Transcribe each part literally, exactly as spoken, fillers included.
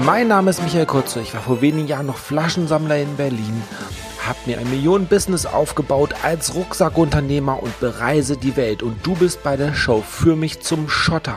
Mein Name ist Michael Kurze, ich war vor wenigen Jahren noch Flaschensammler in Berlin, habe mir ein Millionen-Business aufgebaut als Rucksackunternehmer und bereise die Welt. Und du bist bei der Show Für mich zum Schotter.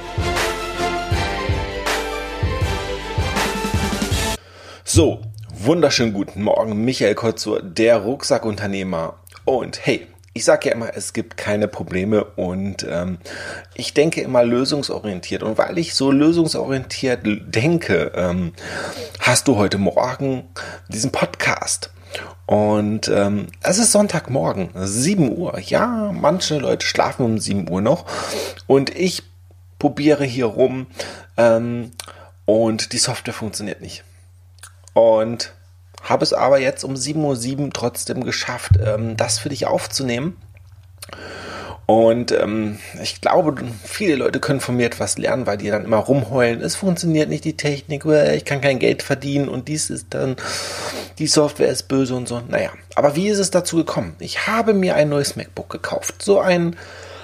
So, wunderschönen guten Morgen, Michael Kurze, der Rucksackunternehmer. Und hey, ich sage ja immer, es gibt keine Probleme und ähm, ich denke immer lösungsorientiert. Und weil ich so lösungsorientiert denke, ähm, hast du heute Morgen diesen Podcast. Und ähm, es ist Sonntagmorgen, sieben Uhr. Ja, manche Leute schlafen um sieben Uhr noch. Und ich probiere hier rum ähm, und die Software funktioniert nicht. Und habe es aber jetzt um sieben Uhr sieben trotzdem geschafft, ähm, das für dich aufzunehmen. Und ähm, ich glaube, viele Leute können von mir etwas lernen, weil die dann immer rumheulen. Es funktioniert nicht, die Technik, ich kann kein Geld verdienen und dies ist dann, die Software ist böse und so. Naja, aber wie ist es dazu gekommen? Ich habe mir ein neues MacBook gekauft. So ein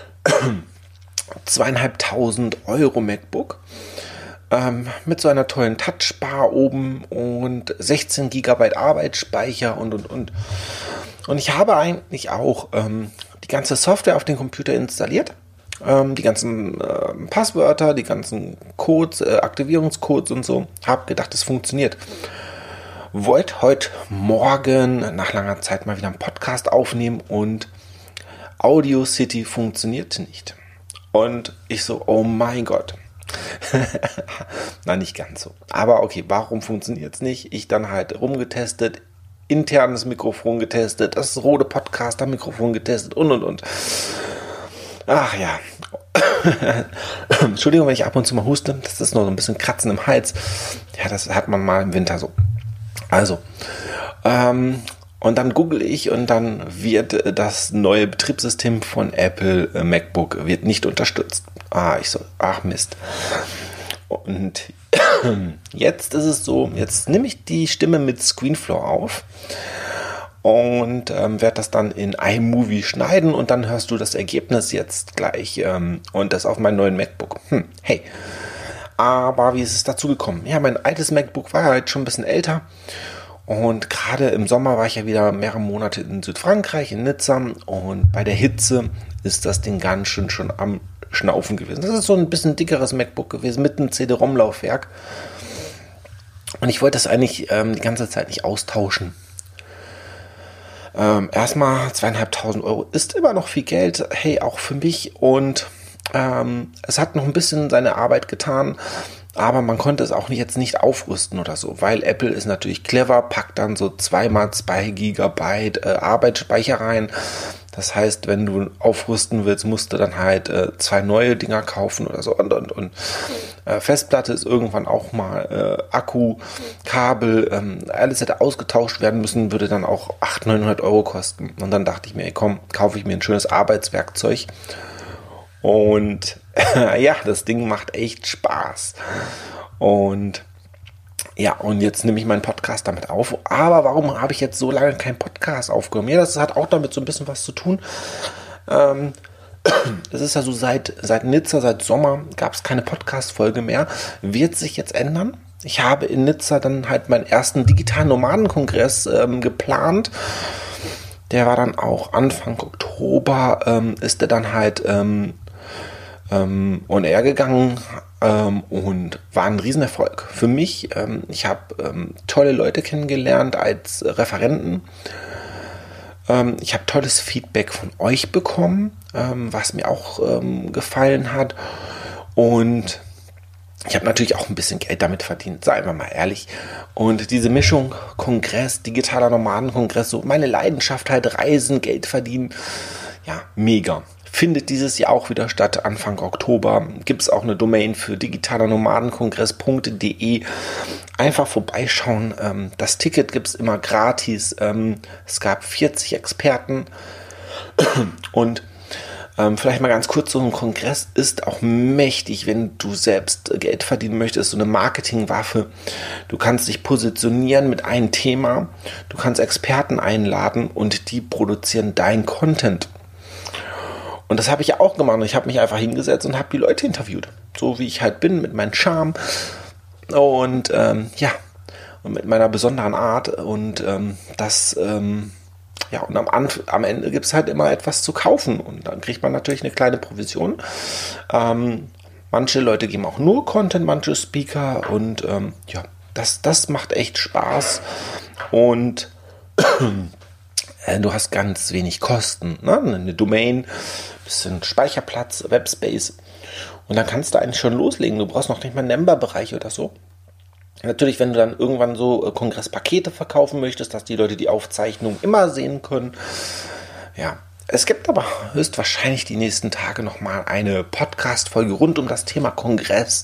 zweieinhalbtausend Euro MacBook. Ähm, mit so einer tollen Touchbar oben und sechzehn Gigabyte Arbeitsspeicher und und und. Und ich habe eigentlich auch ähm, die ganze Software auf den Computer installiert. Ähm, die ganzen äh, Passwörter, die ganzen Codes, äh, Aktivierungscodes und so. Habe gedacht, es funktioniert. Wollte heute Morgen nach langer Zeit mal wieder einen Podcast aufnehmen und Audacity funktioniert nicht. Und ich so, oh mein Gott. Nein, nicht ganz so. Aber okay, warum funktioniert es nicht? Ich dann halt rumgetestet, internes Mikrofon getestet, das Rode Podcaster-Mikrofon getestet und und und. Ach ja. Entschuldigung, wenn ich ab und zu mal huste, das ist noch so ein bisschen Kratzen im Hals. Ja, das hat man mal im Winter so. Also, ähm, und dann google ich und dann wird das neue Betriebssystem von Apple äh, MacBook wird nicht unterstützt. Ah, ich so, ach Mist. Und jetzt ist es so, jetzt nehme ich die Stimme mit ScreenFlow auf und ähm, werde das dann in iMovie schneiden und dann hörst du das Ergebnis jetzt gleich ähm, und das auf meinem neuen MacBook. Hm, hey, aber wie ist es dazu gekommen? Ja, mein altes MacBook war halt schon ein bisschen älter. Und gerade im Sommer war ich ja wieder mehrere Monate in Südfrankreich, in Nizza. Und bei der Hitze ist das Ding ganz schön schon am Schnaufen gewesen. Das ist so ein bisschen dickeres MacBook gewesen mit einem C D-ROM-Laufwerk. Und ich wollte das eigentlich ähm, die ganze Zeit nicht austauschen. Ähm, erstmal zweieinhalbtausend Euro ist immer noch viel Geld. Hey, auch für mich. Und ähm, es hat noch ein bisschen seine Arbeit getan. Aber man konnte es auch nicht, jetzt nicht aufrüsten oder so, weil Apple ist natürlich clever, packt dann so zwei mal zwei Gigabyte äh, Arbeitsspeicher rein. Das heißt, wenn du aufrüsten willst, musst du dann halt äh, zwei neue Dinger kaufen oder so. Und, und, und äh, Festplatte ist irgendwann auch mal äh, Akku, Kabel, ähm, alles hätte ausgetauscht werden müssen, würde dann auch achthundert, neunhundert Euro kosten. Und dann dachte ich mir, ey, komm, kaufe ich mir ein schönes Arbeitswerkzeug. Und ja, das Ding macht echt Spaß. Und ja, und jetzt nehme ich meinen Podcast damit auf. Aber warum habe ich jetzt so lange keinen Podcast aufgenommen? Ja, das hat auch damit so ein bisschen was zu tun. Ähm, es ist ja so, seit, seit Nizza, seit Sommer gab es keine Podcast-Folge mehr. Wird sich jetzt ändern. Ich habe in Nizza dann halt meinen ersten digitalen Nomadenkongress ähm, geplant. Der war dann auch Anfang Oktober, ähm, ist der dann halt ähm, ähm, on air gegangen ähm, und war ein Riesenerfolg für mich. Ähm, ich habe ähm, tolle Leute kennengelernt als Referenten. Ähm, ich habe tolles Feedback von euch bekommen, ähm, was mir auch ähm, gefallen hat. Und ich habe natürlich auch ein bisschen Geld damit verdient, seien wir mal ehrlich. Und diese Mischung, Kongress, digitaler Nomadenkongress, so meine Leidenschaft halt, Reisen, Geld verdienen, ja, mega. Findet dieses Jahr auch wieder statt, Anfang Oktober. Gibt es auch eine Domain für digitaler Nomadenkongress punkt de. Einfach vorbeischauen. Ähm, das Ticket gibt es immer gratis. Ähm, es gab vierzig Experten. Und ähm, vielleicht mal ganz kurz, so ein Kongress ist auch mächtig, wenn du selbst Geld verdienen möchtest. So eine Marketingwaffe. Du kannst dich positionieren mit einem Thema. Du kannst Experten einladen und die produzieren dein Content. Und das habe ich ja auch gemacht. Ich habe mich einfach hingesetzt und habe die Leute interviewt. So wie ich halt bin, mit meinem Charme. Und ähm, ja, und mit meiner besonderen Art und ähm, das, ähm, ja, und am, Anf- am Ende gibt es halt immer etwas zu kaufen und dann kriegt man natürlich eine kleine Provision. Ähm, manche Leute geben auch nur Content, manche Speaker und ähm, ja, das, das macht echt Spaß und äh, du hast ganz wenig Kosten, ne? Eine Domain, bisschen Speicherplatz, Webspace und dann kannst du eigentlich schon loslegen. Du brauchst noch nicht mal einen Member-Bereich oder so. Natürlich, wenn du dann irgendwann so äh, Kongresspakete verkaufen möchtest, dass die Leute die Aufzeichnung immer sehen können. Ja, es gibt aber höchstwahrscheinlich die nächsten Tage nochmal eine Podcast-Folge rund um das Thema Kongress.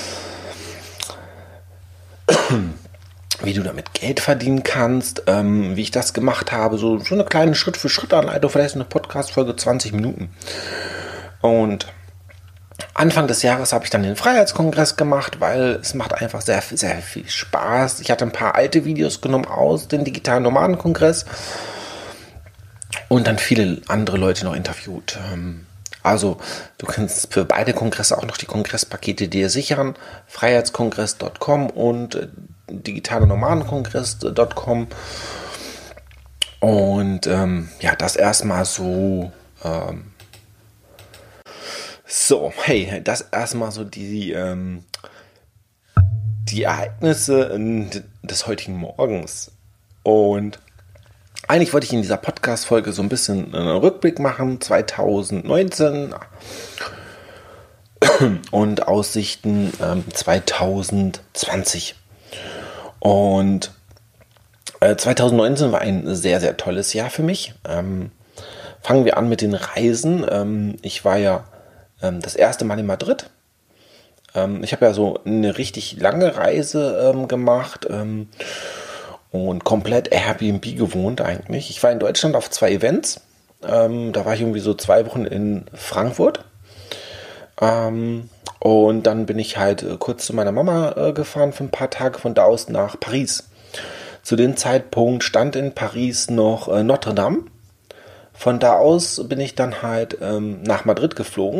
Wie du damit Geld verdienen kannst, ähm, wie ich das gemacht habe. So, so eine kleine Schritt-für-Schritt-Anleitung, vielleicht eine Podcast-Folge zwanzig Minuten. Und Anfang des Jahres habe ich dann den Freiheitskongress gemacht, weil es macht einfach sehr, sehr viel Spaß. Ich hatte ein paar alte Videos genommen aus dem digitalen Nomadenkongress und dann viele andere Leute noch interviewt. Also du kannst für beide Kongresse auch noch die Kongresspakete dir sichern. Freiheitskongress Punkt com und digitale Nomadenkongress Punkt com. Und ähm, ja, das erstmal so... Ähm, So, hey, das erstmal so die, ähm, die Ereignisse des heutigen Morgens. Und eigentlich wollte ich in dieser Podcast-Folge so ein bisschen einen Rückblick machen, zwanzig neunzehn und Aussichten ähm, zwanzig zwanzig. Und äh, zwanzig neunzehn war ein sehr, sehr tolles Jahr für mich. Ähm, fangen wir an mit den Reisen. Ähm, ich war ja das erste Mal in Madrid. Ich habe ja so eine richtig lange Reise ähm, gemacht ähm, und komplett Airbnb gewohnt eigentlich. Ich war in Deutschland auf zwei Events. Ähm, da war ich irgendwie so zwei Wochen in Frankfurt. Ähm, und dann bin ich halt äh, kurz zu meiner Mama äh, gefahren für ein paar Tage von da aus nach Paris. Zu dem Zeitpunkt stand in Paris noch äh, Notre Dame. Von da aus bin ich dann halt ähm, nach Madrid geflogen.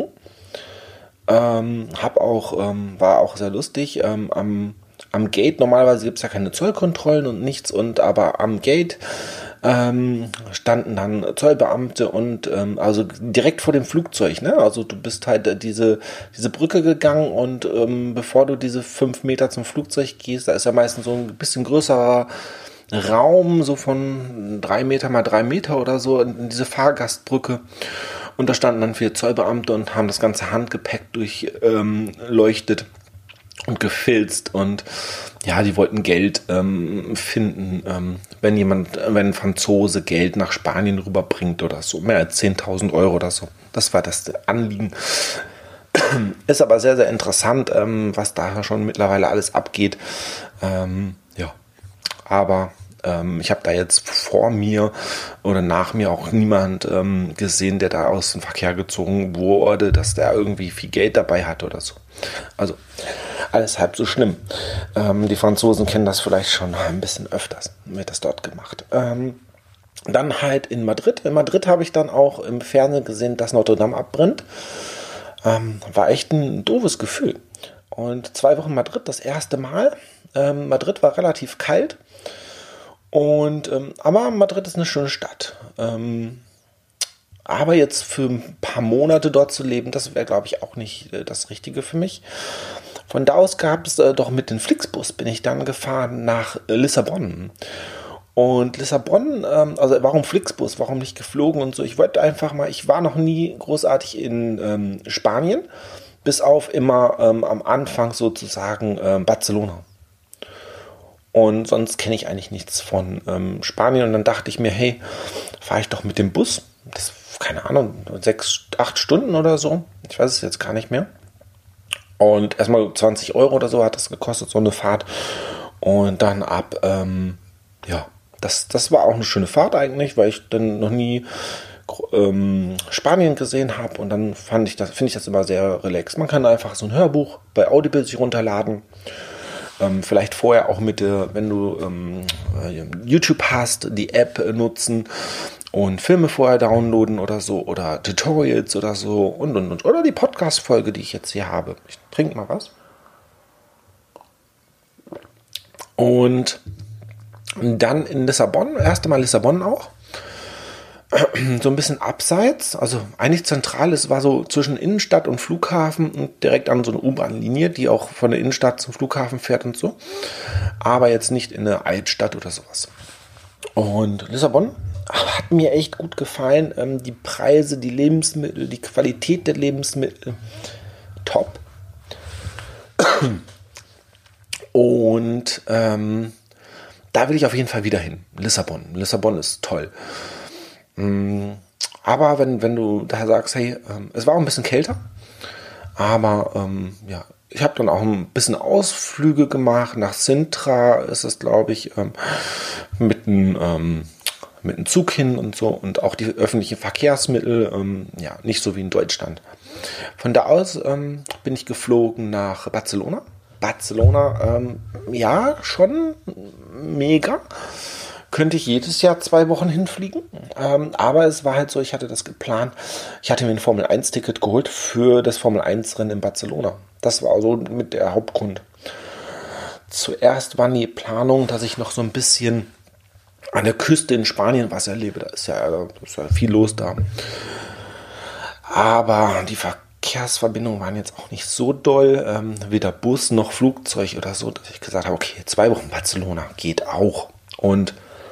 Ähm, hab auch, ähm, war auch sehr lustig. Ähm, am, am Gate, normalerweise gibt es ja keine Zollkontrollen und nichts, und aber am Gate ähm, standen dann Zollbeamte und ähm, also direkt vor dem Flugzeug, ne? Also du bist halt diese, diese Brücke gegangen und ähm, bevor du diese fünf Meter zum Flugzeug gehst, da ist ja meistens so ein bisschen größerer Raum, so von drei Meter mal drei Meter oder so, in diese Fahrgastbrücke. Und da standen dann vier Zollbeamte und haben das ganze Handgepäck durchleuchtet ähm, und gefilzt. Und ja, die wollten Geld ähm, finden, ähm, wenn jemand, wenn ein Franzose Geld nach Spanien rüberbringt oder so. Mehr als zehntausend Euro oder so. Das war das Anliegen. Ist aber sehr, sehr interessant, ähm, was da schon mittlerweile alles abgeht. Ähm, ja, aber... Ich habe da jetzt vor mir oder nach mir auch niemand ähm, gesehen, der da aus dem Verkehr gezogen wurde, dass der irgendwie viel Geld dabei hat oder so. Also alles halb so schlimm. Ähm, die Franzosen kennen das vielleicht schon ein bisschen öfters, wird das dort gemacht. Ähm, dann halt in Madrid. In Madrid habe ich dann auch im Fernsehen gesehen, dass Notre Dame abbrennt. Ähm, war echt ein doofes Gefühl. Und zwei Wochen Madrid, das erste Mal. Ähm, Madrid war relativ kalt. Und, ähm, aber Madrid ist eine schöne Stadt. Ähm, aber jetzt für ein paar Monate dort zu leben, das wäre, glaube ich, auch nicht äh, das Richtige für mich. Von da aus gab es äh, doch mit dem Flixbus bin ich dann gefahren nach äh, Lissabon. Und Lissabon, ähm, also warum Flixbus, warum nicht geflogen und so. Ich wollte einfach mal, ich war noch nie großartig in ähm, Spanien, bis auf immer ähm, am Anfang sozusagen ähm, Barcelona. Und sonst kenne ich eigentlich nichts von ähm, Spanien. Und dann dachte ich mir, hey, fahre ich doch mit dem Bus. Das, keine Ahnung, sechs, acht Stunden oder so. Ich weiß es jetzt gar nicht mehr. Und erstmal zwanzig Euro oder so hat das gekostet, so eine Fahrt. Und dann ab, ähm, ja, das, das war auch eine schöne Fahrt eigentlich, weil ich dann noch nie ähm, Spanien gesehen habe. Und dann fand ich das, finde ich das immer sehr relaxed. Man kann einfach so ein Hörbuch bei Audible sich runterladen. Ähm, vielleicht vorher auch mit, äh, wenn du ähm, YouTube hast, die App äh, nutzen und Filme vorher downloaden oder so oder Tutorials oder so und und und. Oder die Podcast-Folge, die ich jetzt hier habe. Ich trinke mal was. Und dann in Lissabon, erste Mal Lissabon auch. So ein bisschen abseits, also eigentlich zentral, es war so zwischen Innenstadt und Flughafen und direkt an so einer U-Bahn-Linie, die auch von der Innenstadt zum Flughafen fährt und so. Aber jetzt nicht in eine Altstadt oder sowas. Und Lissabon hat mir echt gut gefallen. Ähm, die Preise, die Lebensmittel, die Qualität der Lebensmittel, top. Und ähm, da will ich auf jeden Fall wieder hin. Lissabon. Lissabon ist toll. Aber wenn, wenn du da sagst, hey, ähm, es war auch ein bisschen kälter, aber ähm, ja, ich habe dann auch ein bisschen Ausflüge gemacht. Nach Sintra ist es, glaube ich, ähm, mit einem ähm, mit einem Zug hin und so und auch die öffentlichen Verkehrsmittel, ähm, ja, nicht so wie in Deutschland. Von da aus ähm, bin ich geflogen nach Barcelona. Barcelona, ähm, ja, schon mega. Könnte ich jedes Jahr zwei Wochen hinfliegen. Ähm, aber es war halt so, ich hatte das geplant. Ich hatte mir ein Formel eins Ticket geholt für das Formel eins Rennen in Barcelona. Das war so mit der Hauptgrund. Zuerst war die Planung, dass ich noch so ein bisschen an der Küste in Spanien was erlebe. Da ist ja, da ist ja viel los da. Aber die Verkehrsverbindungen waren jetzt auch nicht so doll. Ähm, weder Bus noch Flugzeug oder so, dass ich gesagt habe, okay, zwei Wochen Barcelona geht auch. Und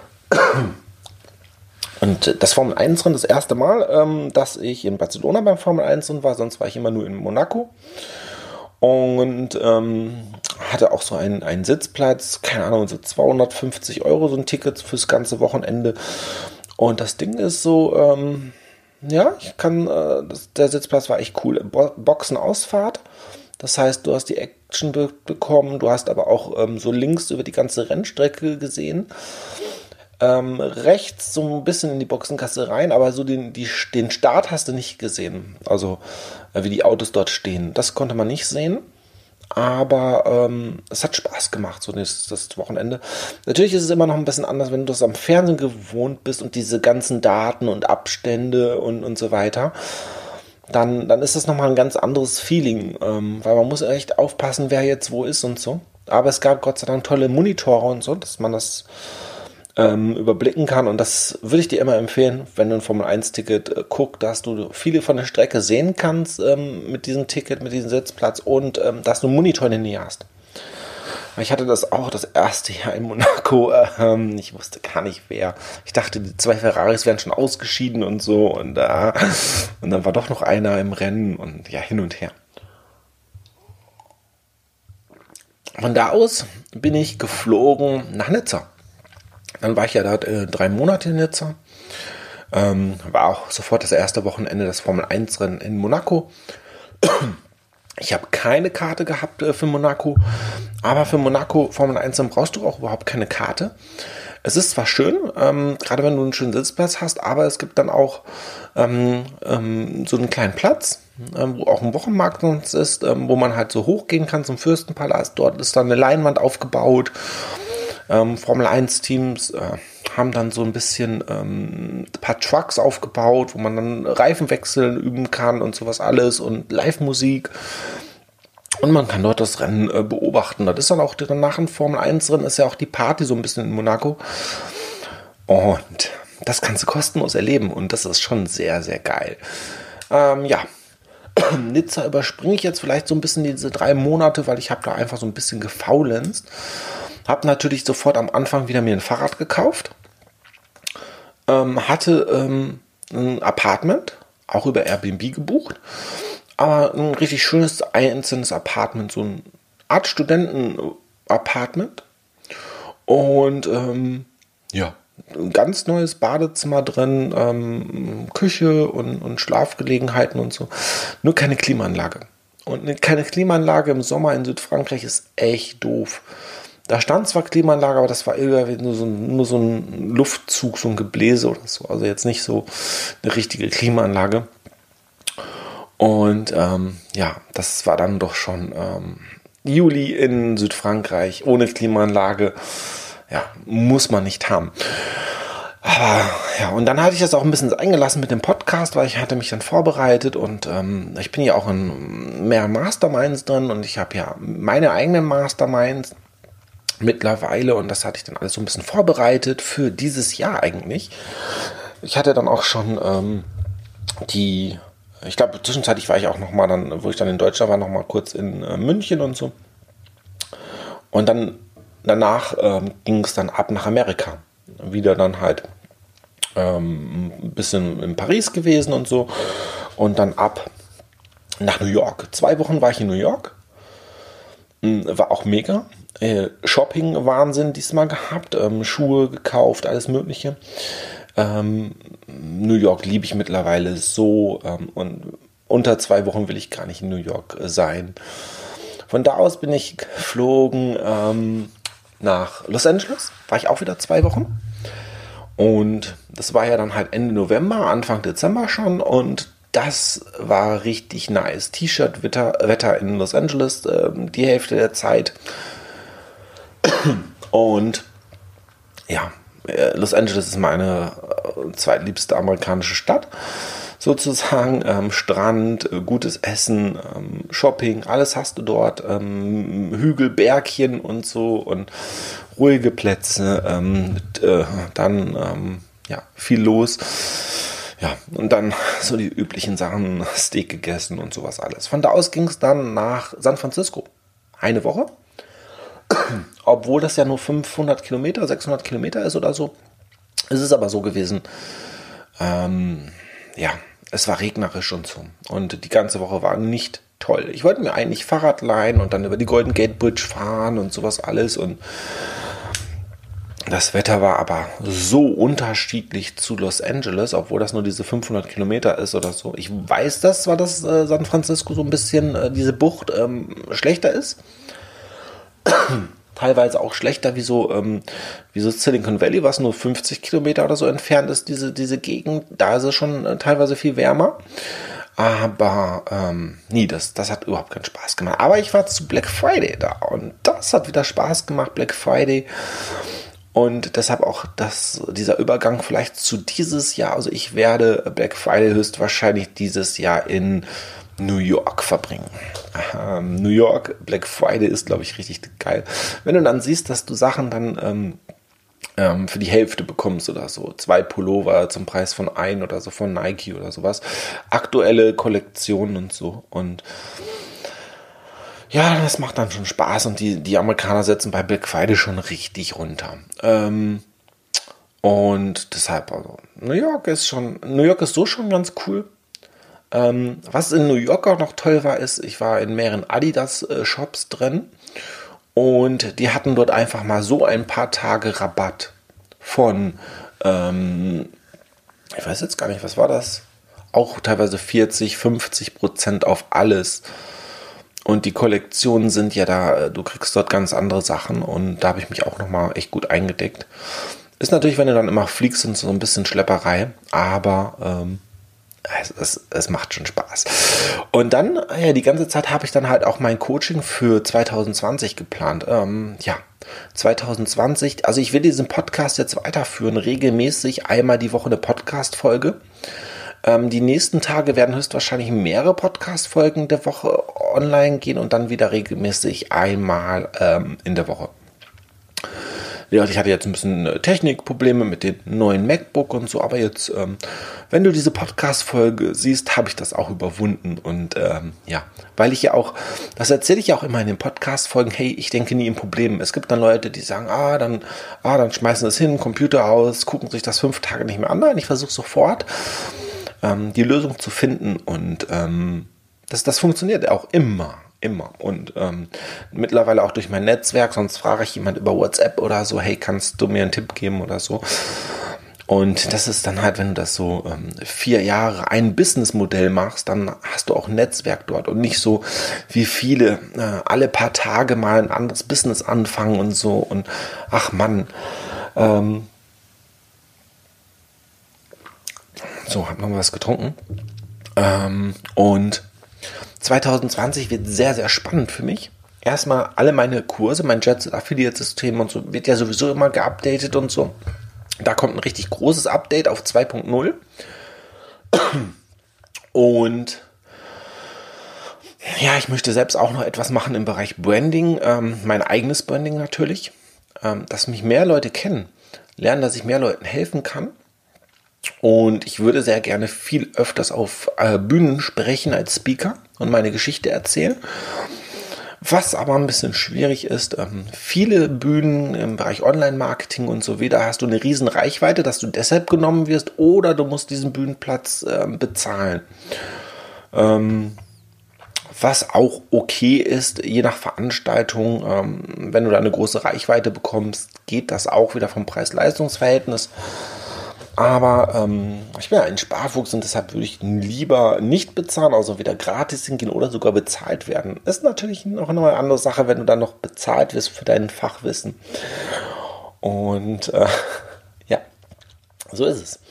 Und das Formel eins Rennen, das erste Mal, ähm, dass ich in Barcelona beim Formel eins Rennen war, sonst war ich immer nur in Monaco. Und ähm, hatte auch so einen, einen Sitzplatz, keine Ahnung, so zweihundertfünfzig Euro so ein Ticket fürs ganze Wochenende. Und das Ding ist so, ähm, ja, ich kann, äh, das, der Sitzplatz war echt cool. Bo- Boxenausfahrt, das heißt, du hast die Action be- bekommen, du hast aber auch ähm, so links über die ganze Rennstrecke gesehen. Ähm, rechts so ein bisschen in die Boxengasse rein, aber so den, die, den Start hast du nicht gesehen. Also äh, wie die Autos dort stehen. Das konnte man nicht sehen. Aber ähm, es hat Spaß gemacht, so das, das Wochenende. Natürlich ist es immer noch ein bisschen anders, wenn du das am Fernsehen gewohnt bist und diese ganzen Daten und Abstände und, und so weiter. Dann, dann ist das nochmal ein ganz anderes Feeling. Ähm, weil man muss echt aufpassen, wer jetzt wo ist und so. Aber es gab Gott sei Dank tolle Monitore und so, dass man das Ähm, überblicken kann, und das würde ich dir immer empfehlen, wenn du ein Formel eins Ticket äh, guckst, dass du viele von der Strecke sehen kannst ähm, mit diesem Ticket, mit diesem Sitzplatz, und ähm, dass du einen Monitor in der Nähe hast. Ich hatte das auch das erste Jahr in Monaco, ähm, ich wusste gar nicht wer. Ich dachte, die zwei Ferraris wären schon ausgeschieden und so, und, äh, und dann war doch noch einer im Rennen und ja, hin und her. Von da aus bin ich geflogen nach Nizza. Dann war ich ja da äh, drei Monate in Nizza. Ähm, war auch sofort das erste Wochenende des Formel eins Rennen in Monaco. Ich habe keine Karte gehabt äh, für Monaco. Aber für Monaco Formel eins Rennen brauchst du auch überhaupt keine Karte. Es ist zwar schön, ähm, gerade wenn du einen schönen Sitzplatz hast, aber es gibt dann auch ähm, ähm, so einen kleinen Platz, ähm, wo auch ein Wochenmarkt ist, ähm, wo man halt so hochgehen kann zum Fürstenpalast. Dort ist dann eine Leinwand aufgebaut. Ähm, Formel eins Teams äh, haben dann so ein bisschen ähm, ein paar Trucks aufgebaut, wo man dann Reifenwechsel üben kann und sowas alles und Live-Musik. Und man kann dort das Rennen äh, beobachten. Das ist dann auch nach dem Formel eins Rennen, ist ja auch die Party so ein bisschen in Monaco. Und das kannst du kostenlos erleben, und das ist schon sehr, sehr geil. Ähm, ja, Nizza überspringe ich jetzt vielleicht so ein bisschen diese drei Monate, weil ich habe da einfach so ein bisschen gefaulenzt. Habe natürlich sofort am Anfang wieder mir ein Fahrrad gekauft. Ähm, hatte ähm, ein Apartment, auch über Airbnb gebucht. Aber ein richtig schönes einzelnes Apartment, so eine Art Studenten-Apartment. Und ähm, ja, ein ganz neues Badezimmer drin, ähm, Küche und, und Schlafgelegenheiten und so. Nur keine Klimaanlage. Und keine Klimaanlage im Sommer in Südfrankreich ist echt doof. Da stand zwar Klimaanlage, aber das war irgendwie nur so, nur so ein Luftzug, so ein Gebläse oder so. Also jetzt nicht so eine richtige Klimaanlage. Und ähm, ja, das war dann doch schon ähm, Juli in Südfrankreich ohne Klimaanlage. Ja, muss man nicht haben. Aber ja, und dann hatte ich das auch ein bisschen eingelassen mit dem Podcast, weil ich hatte mich dann vorbereitet, und ähm, ich bin ja auch in mehr Masterminds drin, und ich habe ja meine eigenen Masterminds. mittlerweile, und das hatte ich dann alles so ein bisschen vorbereitet für dieses Jahr eigentlich. Ich hatte dann auch schon ähm, die, ich glaube, zwischenzeitlich war ich auch nochmal dann, wo ich dann in Deutschland war, nochmal kurz in äh, München und so. Und dann danach ähm, ging es dann ab nach Amerika. Wieder dann halt ähm, ein bisschen in Paris gewesen und so. Und dann ab nach New York. Zwei Wochen war ich in New York. War auch mega. Äh, Shopping-Wahnsinn diesmal gehabt. Ähm, Schuhe gekauft, alles Mögliche. Ähm, New York liebe ich mittlerweile so. Ähm, und unter zwei Wochen will ich gar nicht in New York äh, sein. Von da aus bin ich geflogen ähm, nach Los Angeles. War ich auch wieder zwei Wochen. Und das war ja dann halt Ende November, Anfang Dezember schon. Und das war richtig nice. T-Shirt-Wetter Wetter in Los Angeles, äh, die Hälfte der Zeit. Und ja, Los Angeles ist meine äh, zweitliebste amerikanische Stadt. Sozusagen ähm, Strand, äh, gutes Essen, ähm, Shopping, alles hast du dort. Ähm, Hügel, Bergchen und so und ruhige Plätze. Ähm, mit, äh, dann ähm, ja, viel los. Ja, und dann so die üblichen Sachen, Steak gegessen und sowas alles. Von da aus ging es dann nach San Francisco. Eine Woche. Obwohl das ja nur fünfhundert Kilometer, sechshundert Kilometer ist oder so. Es ist aber so gewesen, ähm, ja, es war regnerisch und so. Und die ganze Woche war nicht toll. Ich wollte mir eigentlich Fahrrad leihen und dann über die Golden Gate Bridge fahren und sowas alles. Und das Wetter war aber so unterschiedlich zu Los Angeles, obwohl das nur diese fünfhundert Kilometer ist oder so. Ich weiß, dass zwar das äh, San Francisco so ein bisschen, äh, diese Bucht ähm, schlechter ist. Teilweise auch schlechter wie so, ähm, wie so Silicon Valley, was nur fünfzig Kilometer oder so entfernt ist, diese, diese Gegend. Da ist es schon äh, teilweise viel wärmer. Aber ähm, nee, das, das hat überhaupt keinen Spaß gemacht. Aber ich war zu Black Friday da und das hat wieder Spaß gemacht, Black Friday. Und deshalb auch das, dieser Übergang vielleicht zu dieses Jahr. Also ich werde Black Friday höchstwahrscheinlich dieses Jahr in New York verbringen. Ähm, New York, Black Friday ist, glaube ich, richtig geil. Wenn du dann siehst, dass du Sachen dann ähm, ähm, für die Hälfte bekommst oder so. Zwei Pullover zum Preis von ein oder so von Nike oder sowas. Aktuelle Kollektionen und so. Und ja, das macht dann schon Spaß. Und die, die Amerikaner setzen bei Black Friday schon richtig runter. Ähm, und deshalb, also, New York ist schon, New York ist so schon ganz cool. Ähm, was in New York auch noch toll war, ist, ich war in mehreren Adidas-Shops drin und die hatten dort einfach mal so ein paar Tage Rabatt von, ähm, ich weiß jetzt gar nicht, was war das? Auch teilweise vierzig, fünfzig Prozent auf alles. Und die Kollektionen sind ja da, du kriegst dort ganz andere Sachen und da habe ich mich auch nochmal echt gut eingedeckt. Ist natürlich, wenn du dann immer fliegst, sind so ein bisschen Schlepperei, aber ähm, Es, es, es macht schon Spaß. Und dann, ja, die ganze Zeit habe ich dann halt auch mein Coaching für zwanzig zwanzig geplant. Ähm, ja, zwanzig zwanzig, also ich will diesen Podcast jetzt weiterführen, regelmäßig einmal die Woche eine Podcast-Folge. Ähm, die nächsten Tage werden höchstwahrscheinlich mehrere Podcast-Folgen der Woche online gehen und dann wieder regelmäßig einmal ähm, in der Woche. Ja, ich hatte jetzt ein bisschen Technikprobleme mit dem neuen MacBook und so, aber jetzt, ähm, wenn du diese Podcast-Folge siehst, habe ich das auch überwunden und ähm, ja, weil ich ja auch, das erzähle ich ja auch immer in den Podcast-Folgen, hey, ich denke nie in Problemen. Es gibt dann Leute, die sagen, ah, dann, ah, dann schmeißen das hin, Computer aus, gucken sich das fünf Tage nicht mehr an. Nein, ich versuche sofort, ähm, die Lösung zu finden und ähm, das, das funktioniert auch immer. Immer. Und ähm, mittlerweile auch durch mein Netzwerk, sonst frage ich jemand über WhatsApp oder so, hey, kannst du mir einen Tipp geben oder so. Und das ist dann halt, wenn du das so ähm, vier Jahre ein Businessmodell machst, dann hast du auch ein Netzwerk dort und nicht so wie viele äh, alle paar Tage mal ein anderes Business anfangen und so. Und ach Mann, ähm, so, hab noch mal was getrunken. Ähm, und zwanzig zwanzig wird sehr, sehr spannend für mich. Erstmal alle meine Kurse, mein Jetset Affiliate System und so, wird ja sowieso immer geupdatet und so. Da kommt ein richtig großes Update auf zwei Punkt null. Und ja, ich möchte selbst auch noch etwas machen im Bereich Branding, ähm, mein eigenes Branding natürlich. ähm, dass mich mehr Leute kennen, lernen, dass ich mehr Leuten helfen kann. Und ich würde sehr gerne viel öfters auf äh, Bühnen sprechen als Speaker und meine Geschichte erzählen. Was aber ein bisschen schwierig ist, ähm, viele Bühnen im Bereich Online-Marketing und so wieder hast du eine riesen Reichweite, dass du deshalb genommen wirst, oder du musst diesen Bühnenplatz ähm, bezahlen. Ähm, was auch okay ist, je nach Veranstaltung, ähm, wenn du da eine große Reichweite bekommst, geht das auch wieder vom Preis-Leistungs-Verhältnis. Aber ähm, ich bin ja ein Sparfuchs und deshalb würde ich lieber nicht bezahlen, also wieder gratis hingehen oder sogar bezahlt werden. Ist natürlich noch eine andere Sache, wenn du dann noch bezahlt wirst für dein Fachwissen. Und äh, ja, so ist es.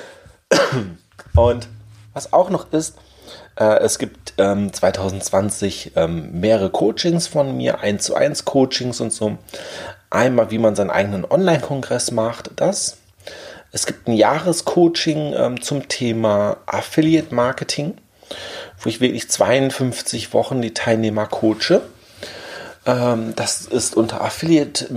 Und was auch noch ist, äh, es gibt ähm, zwanzig zwanzig ähm, mehrere Coachings von mir, eins zu eins Coachings und so. Einmal, wie man seinen eigenen Online-Kongress macht, das. Es gibt ein Jahrescoaching ähm, zum Thema Affiliate Marketing, wo ich wirklich zweiundfünfzig Wochen die Teilnehmer coache. Ähm, das ist unter Affiliate,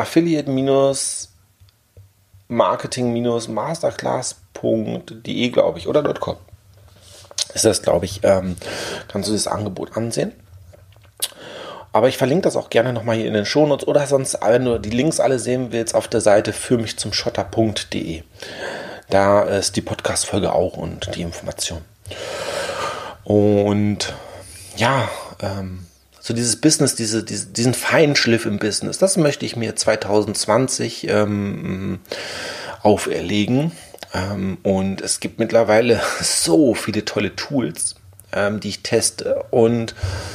Affiliate-Marketing-Masterclass punkt de, glaube ich, oder .com. Ist das, glaube ich, ähm, kannst du das Angebot ansehen. Aber ich verlinke das auch gerne nochmal hier in den Shownotes oder sonst, wenn du die Links alle sehen willst, auf der Seite für mich zum Schotter punkt de. Da ist die Podcast-Folge auch und die Information. Und ja, ähm, so dieses Business, diese, diese, diesen Feinschliff im Business, das möchte ich mir zwanzig zwanzig ähm, auferlegen. Ähm, und es gibt mittlerweile so viele tolle Tools, ähm, die ich teste, und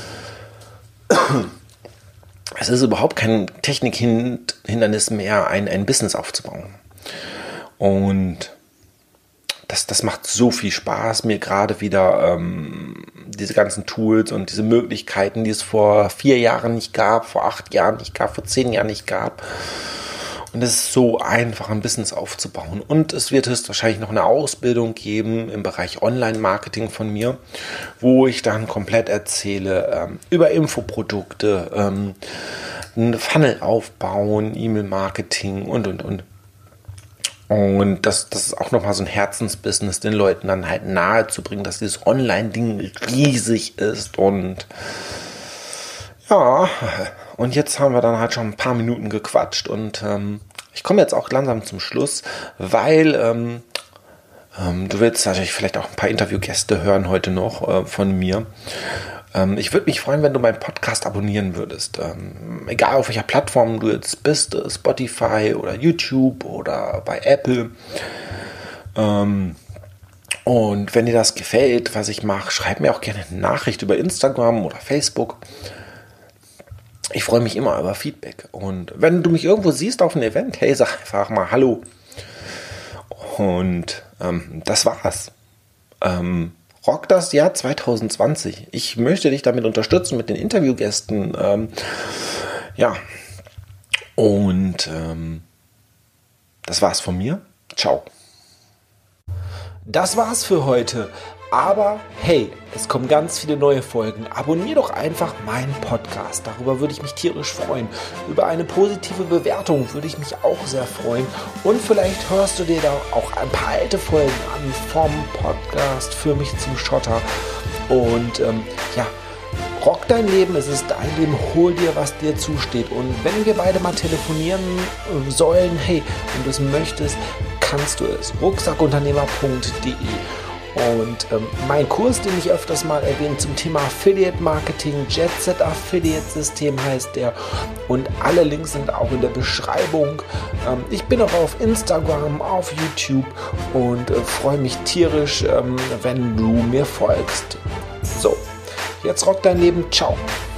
es ist überhaupt kein Technikhindernis mehr, ein, ein Business aufzubauen. Und das, das macht so viel Spaß, mir gerade wieder ähm, diese ganzen Tools und diese Möglichkeiten, die es vor vier Jahren nicht gab, vor acht Jahren nicht gab, vor zehn Jahren nicht gab. Und es ist so einfach, ein Business aufzubauen. Und es wird höchstwahrscheinlich noch eine Ausbildung geben im Bereich Online-Marketing von mir, wo ich dann komplett erzähle ähm, über Infoprodukte, ähm, einen Funnel aufbauen, E-Mail-Marketing und, und, und. Und das, das ist auch nochmal so ein Herzensbusiness, den Leuten dann halt nahe zu bringen, dass dieses Online-Ding riesig ist. Und ja, und jetzt haben wir dann halt schon ein paar Minuten gequatscht und ähm, ich komme jetzt auch langsam zum Schluss, weil ähm, ähm, du willst natürlich vielleicht auch ein paar Interviewgäste hören heute noch äh, von mir. Ähm, ich würde mich freuen, wenn du meinen Podcast abonnieren würdest. Ähm, egal auf welcher Plattform du jetzt bist, äh, Spotify oder YouTube oder bei Apple. Ähm, und wenn dir das gefällt, was ich mache, schreib mir auch gerne eine Nachricht über Instagram oder Facebook. Ich freue mich immer über Feedback. Und wenn du mich irgendwo siehst auf einem Event, hey, sag einfach mal Hallo. Und ähm, das war's. Ähm, rock das Jahr zwanzig zwanzig. Ich möchte dich damit unterstützen mit den Interviewgästen. Ähm, ja. Und ähm, das war's von mir. Ciao. Das war's für heute. Aber hey, es kommen ganz viele neue Folgen. Abonnier doch einfach meinen Podcast. Darüber würde ich mich tierisch freuen. Über eine positive Bewertung würde ich mich auch sehr freuen. Und vielleicht hörst du dir da auch ein paar alte Folgen an vom Podcast für mich zum Schotter. Und ähm, ja, rock dein Leben, es ist dein Leben, hol dir, was dir zusteht. Und wenn wir beide mal telefonieren sollen, hey, wenn du es möchtest, kannst du es. rucksackunternehmer punkt de. Und ähm, mein Kurs, den ich öfters mal erwähne zum Thema Affiliate Marketing, Jet Set Affiliate System heißt der, und alle Links sind auch in der Beschreibung. Ähm, ich bin auch auf Instagram, auf YouTube und äh, freue mich tierisch, ähm, wenn du mir folgst. So, jetzt rock dein Leben, ciao.